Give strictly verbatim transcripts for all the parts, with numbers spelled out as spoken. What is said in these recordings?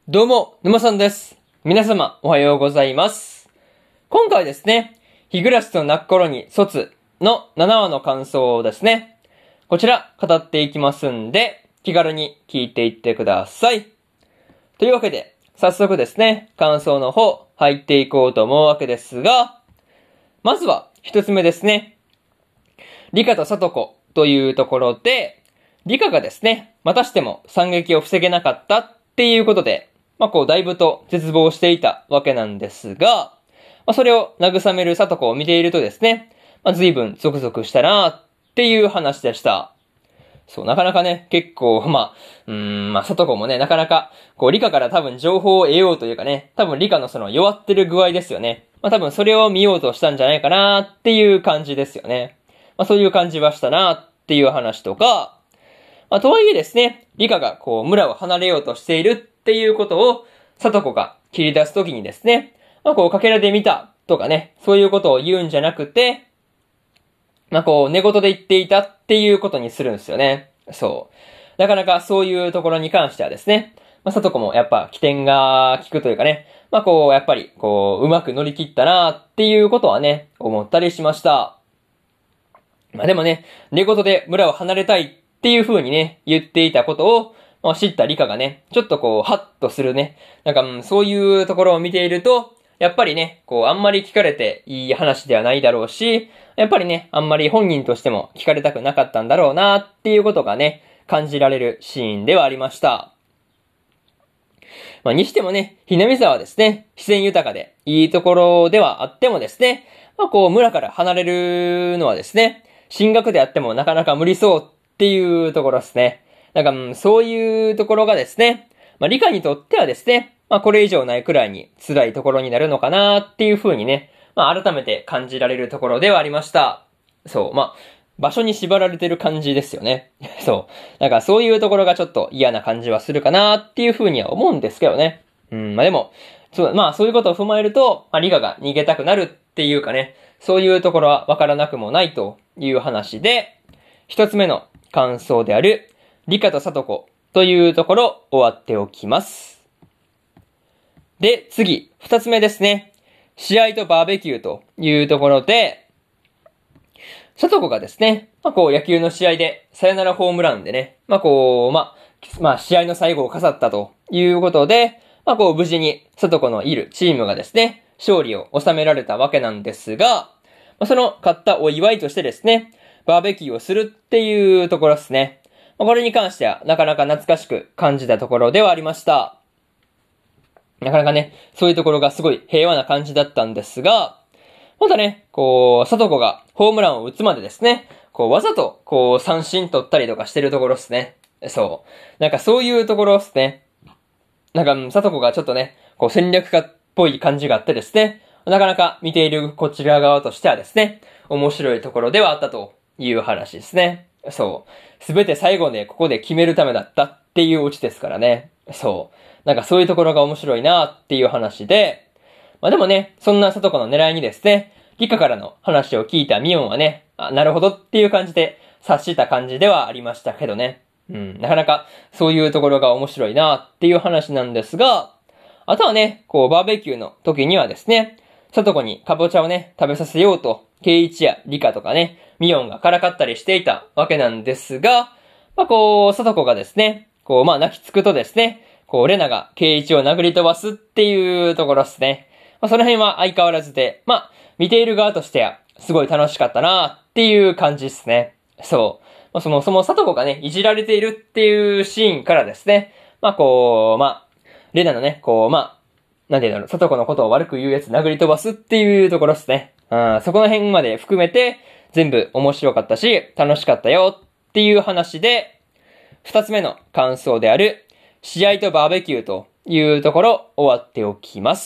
どうも、沼さんです。皆様、おはようございます。今回ですね、日暮らしと泣く頃に卒のななわの感想をですね、こちら語っていきますんで、気軽に聞いていってください。というわけで、早速ですね、感想の方、入っていこうと思うわけですが、まずは一つ目ですね、理香と里子というところで、理香がですね、またしても惨劇を防げなかったっていうことで、まあこうだいぶと絶望していたわけなんですが、まあそれを慰める里子を見ているとですね、まあ随分ゾクゾクしたなっていう話でした。そう、なかなかね、結構、まあ、うーん、まあ里子もね、なかなか、こう理科から多分情報を得ようというかね、多分理科のその弱ってる具合ですよね。まあ多分それを見ようとしたんじゃないかなっていう感じですよね。まあそういう感じはしたなっていう話とか、まあとはいえですね、理科がこう村を離れようとしているっていうことを、里子が切り出すときにですね、まあこうかけらで見たとかね、そういうことを言うんじゃなくて、まあこう寝言で言っていたっていうことにするんですよね。そう。なかなかそういうところに関してはですね、まあ里子もやっぱ起点が効くというかね、まあこうやっぱりこううまく乗り切ったなっていうことはね、思ったりしました。まあでもね、寝言で村を離れたいっていう風にね、言っていたことを、まあ、知った理科がね、ちょっとこう、ハッとするね。なんか、うん、そういうところを見ていると、やっぱりね、こう、あんまり聞かれていい話ではないだろうし、やっぱりね、あんまり本人としても聞かれたくなかったんだろうなっていうことがね、感じられるシーンではありました。まあ、にしてもね、ひなみ沢はですね、自然豊かでいいところではあってもですね、まあこう、村から離れるのはですね、進学であってもなかなか無理そうっていうところですね。なんか、うん、そういうところがですね、まあ理科にとってはですね、まあこれ以上ないくらいに辛いところになるのかなっていう風にね、まあ改めて感じられるところではありました。そう、まあ、場所に縛られてる感じですよね。そう。なんかそういうところがちょっと嫌な感じはするかなっていう風には思うんですけどね。うん、まあでも、そう、まあそういうことを踏まえると、まあリカが逃げたくなるっていうかね、そういうところはわからなくもないという話で、一つ目の感想である、理科と里子というところ終わっておきます。で、次、二つ目ですね。試合とバーベキューというところで、里子がですね、まあこう野球の試合でサヨナラホームランでね、まあこう、まあ、まあ試合の最後を飾ったということで、まあこう無事に里子のいるチームがですね、勝利を収められたわけなんですが、まあ、その勝ったお祝いとしてですね、バーベキューをするっていうところですね。まあ、これに関してはなかなか懐かしく感じたところではありました。なかなかね、そういうところがすごい平和な感じだったんですが、またね、こう、里子がホームランを打つまでですね、こう、わざと、こう、三振取ったりとかしてるところですね。そう。なんかそういうところですね。なんか、里子がちょっとね、こう、戦略家っぽい感じがあってですね、なかなか見ているこちら側としてはですね、面白いところではあったという話ですね。そう。すべて最後でここで決めるためだったっていうオチですからね。そう。なんかそういうところが面白いなっていう話で、まあでもね、そんな里子の狙いにですね、理科からの話を聞いたミオンはね、あ、なるほどっていう感じで察した感じではありましたけどね。うん、なかなかそういうところが面白いなっていう話なんですが、あとはね、こうバーベキューの時にはですね、里子にかぼちゃをね、食べさせようと、ケイイチやリカとかね、ミオンがからかったりしていたわけなんですが、まあこう、里子がですね、こうまあ泣きつくとですね、こうレナがケイイチを殴り飛ばすっていうところですね。まあその辺は相変わらずで、まあ見ている側としてはすごい楽しかったなっていう感じですね。そう。まあそもそも里子がね、いじられているっていうシーンからですね、まあこう、まあ、レナのね、こう、まあ、なんていうんだろう、里子のことを悪く言うやつ殴り飛ばすっていうところですね。うん、そこの辺まで含めて、全部面白かったし、楽しかったよっていう話で、二つ目の感想である、試合とバーベキューというところ終わっておきます。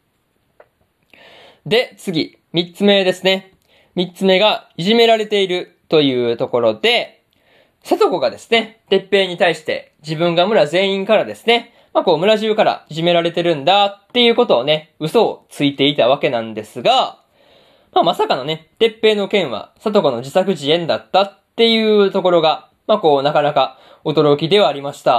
で、次、三つ目ですね。三つ目が、いじめられているというところで、里子がですね、鉄平に対して自分が村全員からですね、まあこう村中からいじめられてるんだっていうことをね、嘘をついていたわけなんですが、まあまさかのね、鉄平の件は里子の自作自演だったっていうところが、まあこうなかなか驚きではありました。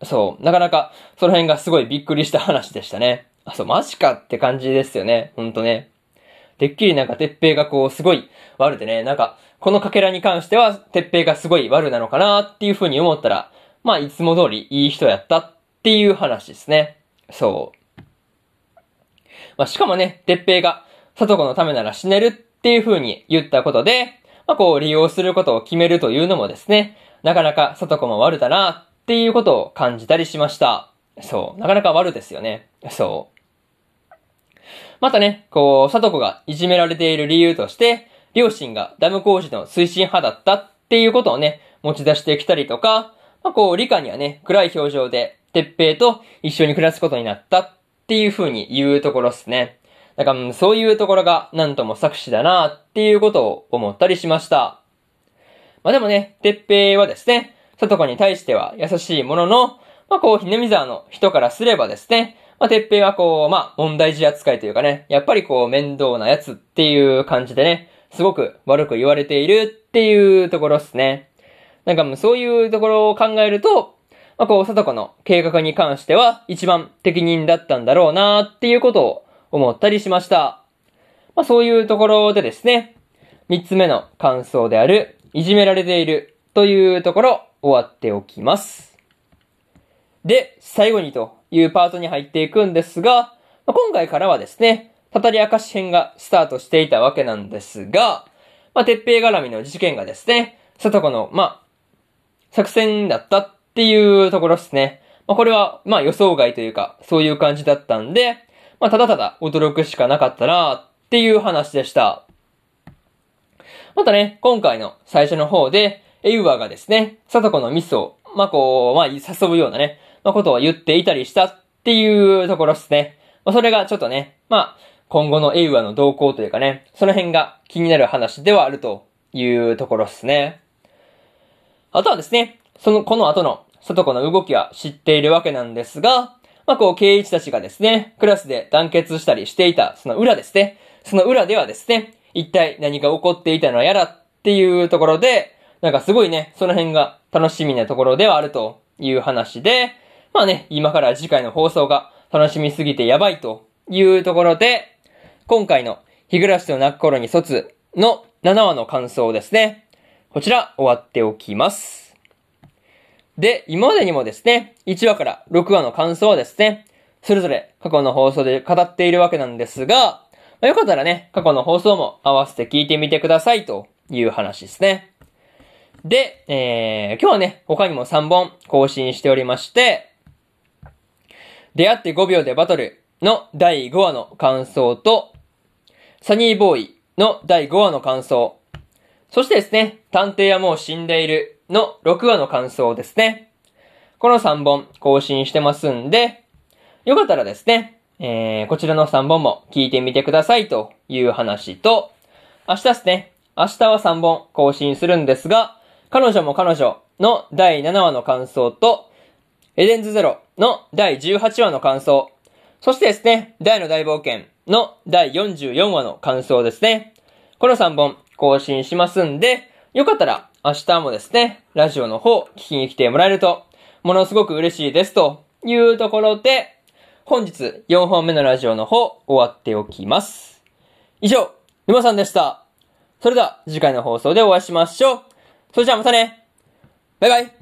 そう、なかなかその辺がすごいびっくりした話でしたね。あ、そう、マジかって感じですよね。ほんとね。てっきりなんか鉄平がこうすごい悪でね、なんかこのかけらに関しては鉄平がすごい悪なのかなっていう風に思ったら、まあいつも通りいい人やったっていう話ですね。そう。まあしかもね、鉄平が里子のためなら死ねるっていう風に言ったことで、まあこう利用することを決めるというのもですね、なかなか里子も悪だなっていうことを感じたりしました。そう。なかなか悪ですよね。そう。またね、こう、里子がいじめられている理由として、両親がダム工事の推進派だったっていうことをね、持ち出してきたりとか、まあ、こう、理科にはね、暗い表情で、鉄平と一緒に暮らすことになったっていう風に言うところですね。だから、そういうところが、なんとも作詞だなっていうことを思ったりしました。まあでもね、鉄平はですね、里子に対しては優しいものの、まあこう、ひねみ沢の人からすればですね、まあ、てっぺいはこう、まあ、問題児扱いというかね、やっぱりこう、面倒なやつっていう感じでね、すごく悪く言われているっていうところですね。なんかもうそういうところを考えると、まあ、こう、里子の計画に関しては一番適任だったんだろうなっていうことを思ったりしました。まあ、そういうところでですね、三つ目の感想である、いじめられているというところ、終わっておきます。で、最後にというパートに入っていくんですが、今回からはですね、たたり明かし編がスタートしていたわけなんですが、まあ、鉄平絡みの事件がですね、里子の、まあ、作戦だったっていうところですね。まあ、これは、まあ、予想外というか、そういう感じだったんで、まあ、ただただ驚くしかなかったなっていう話でした。またね、今回の最初の方で、エウアがですね、里子のミスを、まあ、こう、まあ、誘うようなね、まあ、ことを言っていたりしたっていうところですね。まあ、それがちょっとね、まあ、今後のエイワの動向というかね、その辺が気になる話ではあるというところですね。あとはですね、その、この後の里子の動きは知っているわけなんですが、まあ、こう、圭一たちがですね、クラスで団結したりしていた、その裏ですね。その裏ではですね、一体何が起こっていたのやらっていうところで、なんかすごいね、その辺が楽しみなところではあるという話で、まあね、今から次回の放送が楽しみすぎてやばいというところで、今回の日暮らしと泣く頃に卒のななわの感想ですね。こちら終わっておきます。で、今までにもですね、いちわからろくわの感想はですね、それぞれ過去の放送で語っているわけなんですが、まあ、よかったらね、過去の放送も合わせて聞いてみてくださいという話ですね。で、えー、今日はね、他にもさんぼん更新しておりまして、出会ってごびょうでバトルのだいごわの感想と、サニーボーイのだいごわの感想、そしてですね、探偵はもう死んでいるのろくわの感想ですね。このさんぼん更新してますんで、よかったらですね、えー、こちらのさんぼんも聞いてみてくださいという話と、明日ですね、明日はさんぼん更新するんですが、彼女も彼女のだいななわの感想と、エデンズゼロのだいじゅうはちわの感想、そしてですね、大の大冒険のだいよんじゅうよんわの感想ですね。このさんぼん更新しますんで、よかったら明日もですね、ラジオの方聞きに来てもらえると、ものすごく嬉しいですというところで、本日よんほんめのラジオの方終わっておきます。以上、沼さんでした。それでは次回の放送でお会いしましょう。それじゃあまたね。バイバイ。